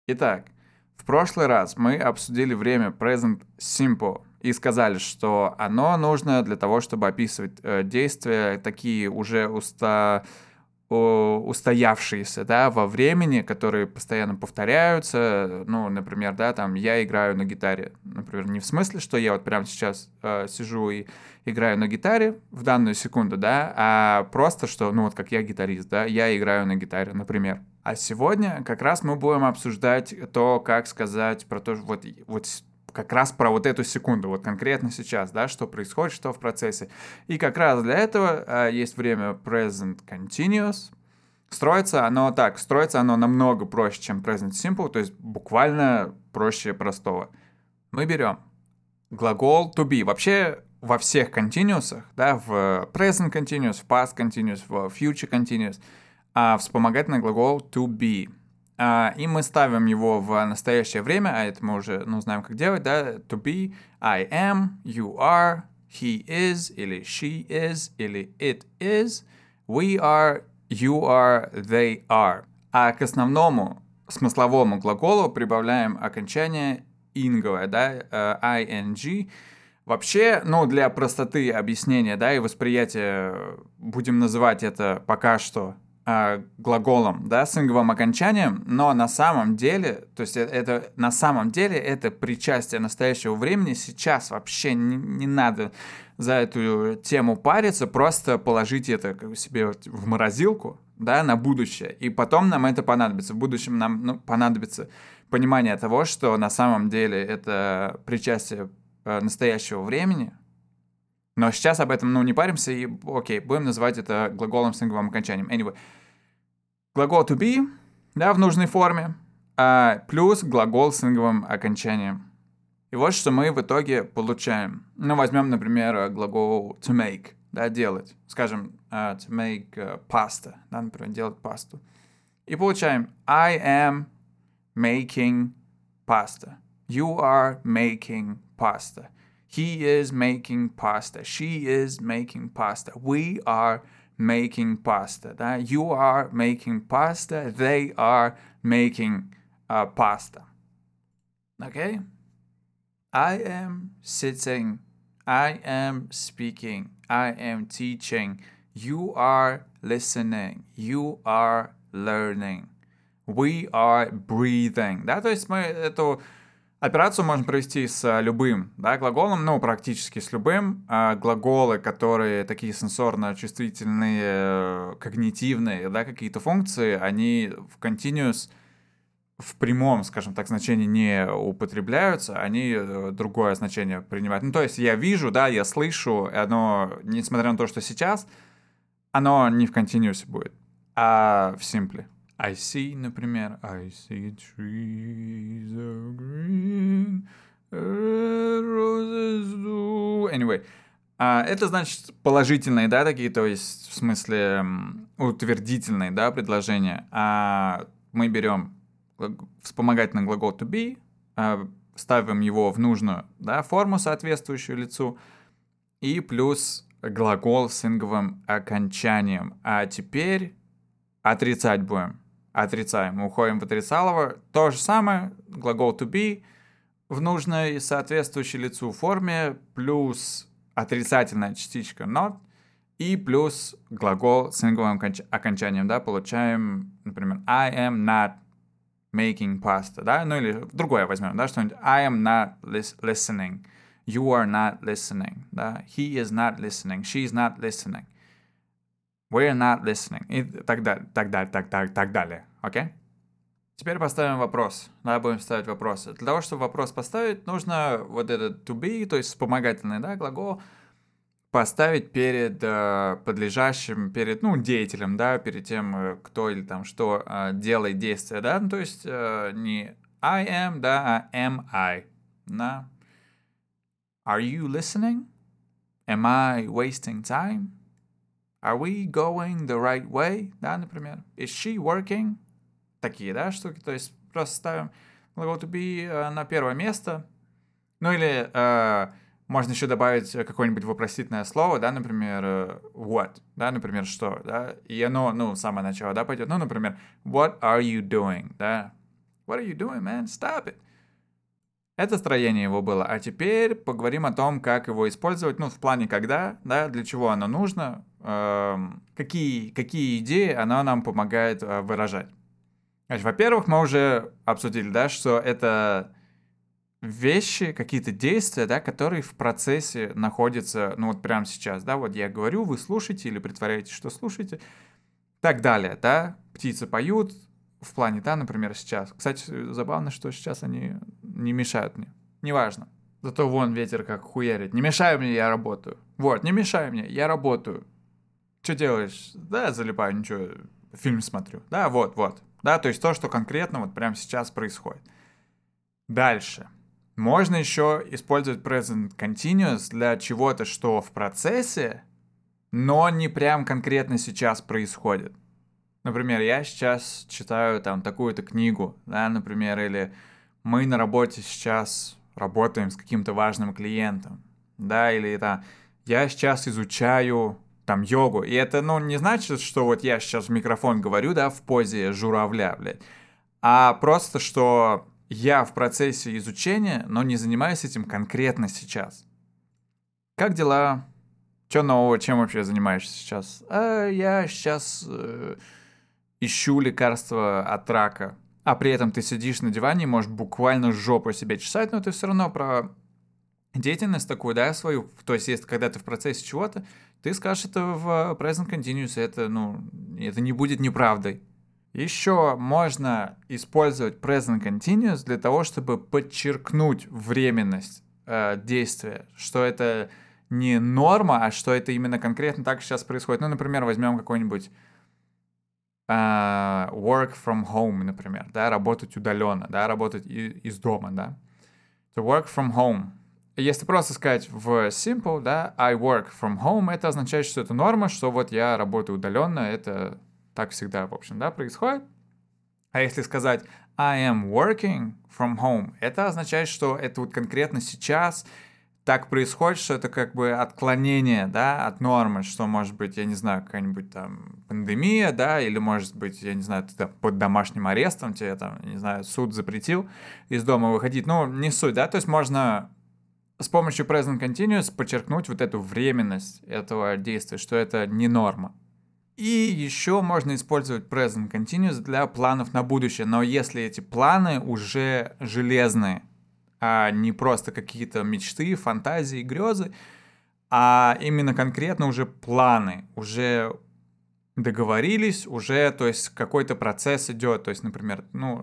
Итак, в прошлый раз мы обсудили время present simple и сказали, что оно нужно для того, чтобы описывать действия такие уже устоявшиеся, да, во времени, которые постоянно повторяются. Ну, например, да, там я играю на гитаре. Например, не в смысле, что я вот прямо сейчас сижу и играю на гитаре в данную секунду, да, а просто, что, ну, вот как я гитарист, да, я играю на гитаре, например. А сегодня как раз мы будем обсуждать то, как сказать про то, вот как раз про вот эту секунду, вот конкретно сейчас, да, что происходит, что в процессе. И как раз для этого есть время present continuous. Строится оно намного проще, чем present simple, то есть буквально проще простого. Мы берем глагол to be. Вообще во всех continuous, да, в present continuous, в past continuous, в future continuous, вспомогательный глагол to be. И мы ставим его в настоящее время, а это мы уже, ну, знаем, как делать, да, to be, I am, you are, he is, или she is, или it is, we are, you are, they are. А к основному смысловому глаголу прибавляем окончание инговое, да, ing. Вообще, ну, для простоты объяснения, да, и восприятия будем называть это пока что глаголом, да, с инговым окончанием, но на самом деле, то есть на самом деле это причастие настоящего времени. Сейчас вообще не надо за эту тему париться, просто положите это как бы себе в морозилку, да, на будущее, и потом нам это понадобится. В будущем нам понадобится понимание того, что на самом деле это причастие настоящего времени. Но сейчас об этом, ну, не паримся, и, окей, будем называть это глаголом с инговым окончанием. Anyway, глагол to be, да, в нужной форме, плюс глагол с инговым окончанием. И вот что мы в итоге получаем. Ну, возьмем, например, глагол to make, да, делать. Скажем, to make pasta, да, например, делать пасту. И получаем I am making pasta. You are making pasta. He is making pasta. She is making pasta. We are making pasta. Да? You are making pasta. They are making pasta. Okay? I am sitting. I am speaking. I am teaching. You are listening. You are learning. We are breathing. Да, то есть мы эту операцию можем провести с любым, да, глаголом, ну, практически с любым. Глаголы, которые такие сенсорно-чувствительные, когнитивные, да, какие-то функции, они в continuous в прямом, скажем так, значении не употребляются, они другое значение принимают. Ну, то есть я вижу, да, я слышу, и оно, несмотря на то, что сейчас, оно не в continuous будет, а в simple. I see, например, I see trees are green, roses do. Anyway, это значит положительные, да, такие, то есть в смысле утвердительные, да, предложения. Мы берем вспомогательный глагол to be, ставим его в нужную, да, форму, соответствующую лицу, и плюс глагол с инговым окончанием. А теперь отрицать будем. Отрицаем. Уходим в отрицалово. То же самое. Глагол to be в нужной соответствующей лицу форме, плюс отрицательная частичка not, и плюс глагол с инговым окончанием. Да, получаем, например, I am not making pasta. Да? Ну или другое возьмем. Да, что-нибудь. I am not listening. You are not listening. Да? He is not listening. She is not listening. We're not listening. И так далее, так далее. Окей? Теперь поставим вопрос. Да, будем ставить вопросы. Для того, чтобы вопрос поставить, нужно вот этот to be, то есть вспомогательный, да, глагол, поставить перед подлежащим, перед, ну, деятелем, да, перед тем, кто или там что делает действие, да, ну, то есть не I am, да, а am I, да. Are you listening? Am I wasting time? Are we going the right way? Да, например. Is she working? Такие, да, штуки. То есть просто ставим глагол to be на первое место. Ну или можно еще добавить какое-нибудь вопросительное слово, да, например, what, да, например, что, да. И оно, ну, с самого начала, да, пойдет. Ну, например, what are you doing, да. What are you doing, man? Stop it. Это строение его было. А теперь поговорим о том, как его использовать, ну, в плане когда, да, для чего оно нужно, какие идеи оно нам помогает выражать. Значит, во-первых, мы уже обсудили, да, что это вещи, какие-то действия, да, которые в процессе находятся, ну, вот прямо сейчас, да, вот я говорю, вы слушаете или притворяетесь, что слушаете, так далее, да, птицы поют, в плане, да, например, сейчас. Кстати, забавно, что сейчас они не мешают мне. Неважно. Зато вон ветер как хуярит. Не мешай мне, я работаю. Вот, не мешай мне, я работаю. Что делаешь? Да, залипаю, ничего, фильм смотрю. Да, вот. Да, то есть то, что конкретно вот прямо сейчас происходит. Дальше. Можно еще использовать present continuous для чего-то, что в процессе, но не прям конкретно сейчас происходит. Например, я сейчас читаю там такую-то книгу, да, например, или мы на работе сейчас работаем с каким-то важным клиентом, да, или там я сейчас изучаю там йогу, и это, ну, не значит, что вот я сейчас в микрофон говорю, да, в позе журавля, блядь, а просто, что я в процессе изучения, но не занимаюсь этим конкретно сейчас. Как дела? Что нового? Чем вообще занимаешься сейчас? Я сейчас ищу лекарства от рака. А при этом ты сидишь на диване и можешь буквально жопу себе чесать, но ты все равно про деятельность такую, да, свою. То есть, если когда ты в процессе чего-то, ты скажешь это в present continuous, это, ну, это не будет неправдой. Еще можно использовать present continuous для того, чтобы подчеркнуть временность действия, что это не норма, а что это именно конкретно так сейчас происходит. Ну, например, возьмем какой-нибудь work from home, например, да, работать удаленно, да, работать из дома, да. To work from home. Если просто сказать в simple, да, I work from home, это означает, что это норма, что вот я работаю удаленно, это так всегда, в общем, да, происходит. А если сказать I am working from home, это означает, что это вот конкретно сейчас так происходит, что это как бы отклонение, да, от нормы, что может быть, я не знаю, какая-нибудь там пандемия, да, или может быть, я не знаю, ты там под домашним арестом, тебе там, не знаю, суд запретил из дома выходить, ну, не суть, да, то есть можно с помощью present continuous подчеркнуть вот эту временность этого действия, что это не норма. И еще можно использовать present continuous для планов на будущее, но если эти планы уже железные, а не просто какие-то мечты, фантазии, грезы, а именно конкретно уже планы, уже договорились, уже, то есть какой-то процесс идет, то есть, например, ну,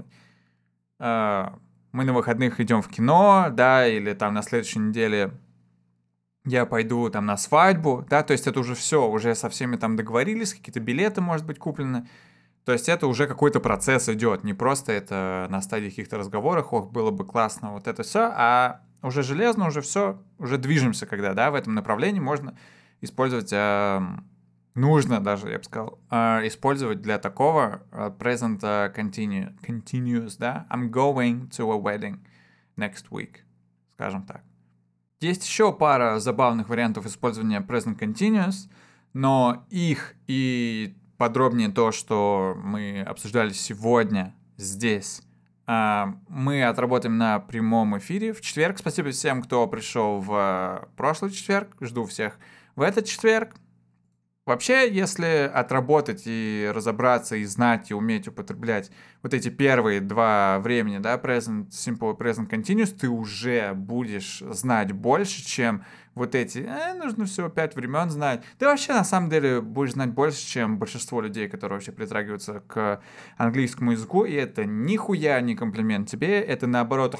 мы на выходных идем в кино, да, или там на следующей неделе я пойду там на свадьбу, да, то есть это уже все, уже со всеми там договорились, какие-то билеты, может быть, куплены. То есть это уже какой-то процесс идет, не просто это на стадии каких-то разговоров, ох, было бы классно, вот это все, а уже железно, уже все, уже движемся, когда, да, в этом направлении можно использовать, нужно даже, я бы сказал, использовать для такого present continuous, да, I'm going to a wedding next week, скажем так. Есть еще пара забавных вариантов использования present continuous, но их и подробнее то, что мы обсуждали сегодня здесь, мы отработаем на прямом эфире в четверг. Спасибо всем, кто пришел в прошлый четверг. Жду всех в этот четверг. Вообще, если отработать и разобраться, и знать, и уметь употреблять вот эти первые два времени, да, present simple и present continuous, ты уже будешь знать больше, чем вот эти, нужно всего 5 времен знать. Ты вообще, на самом деле, будешь знать больше, чем большинство людей, которые вообще притрагиваются к английскому языку, и это нихуя не комплимент тебе, это наоборот,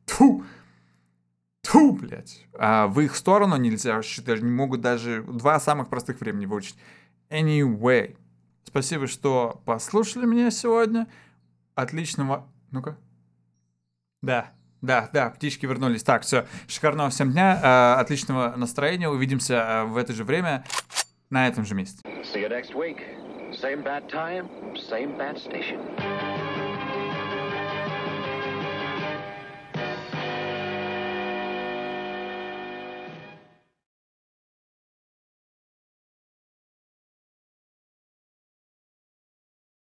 Тьфу, блядь. А в их сторону нельзя, даже не могут даже 2 самых простых времени выучить. Anyway. Спасибо, что послушали меня сегодня. Отличного... Ну-ка. Да, птички вернулись. Так, все. Шикарного всем дня. Отличного настроения. Увидимся в это же время на этом же месте. See you next week. Same bad time, same bad station.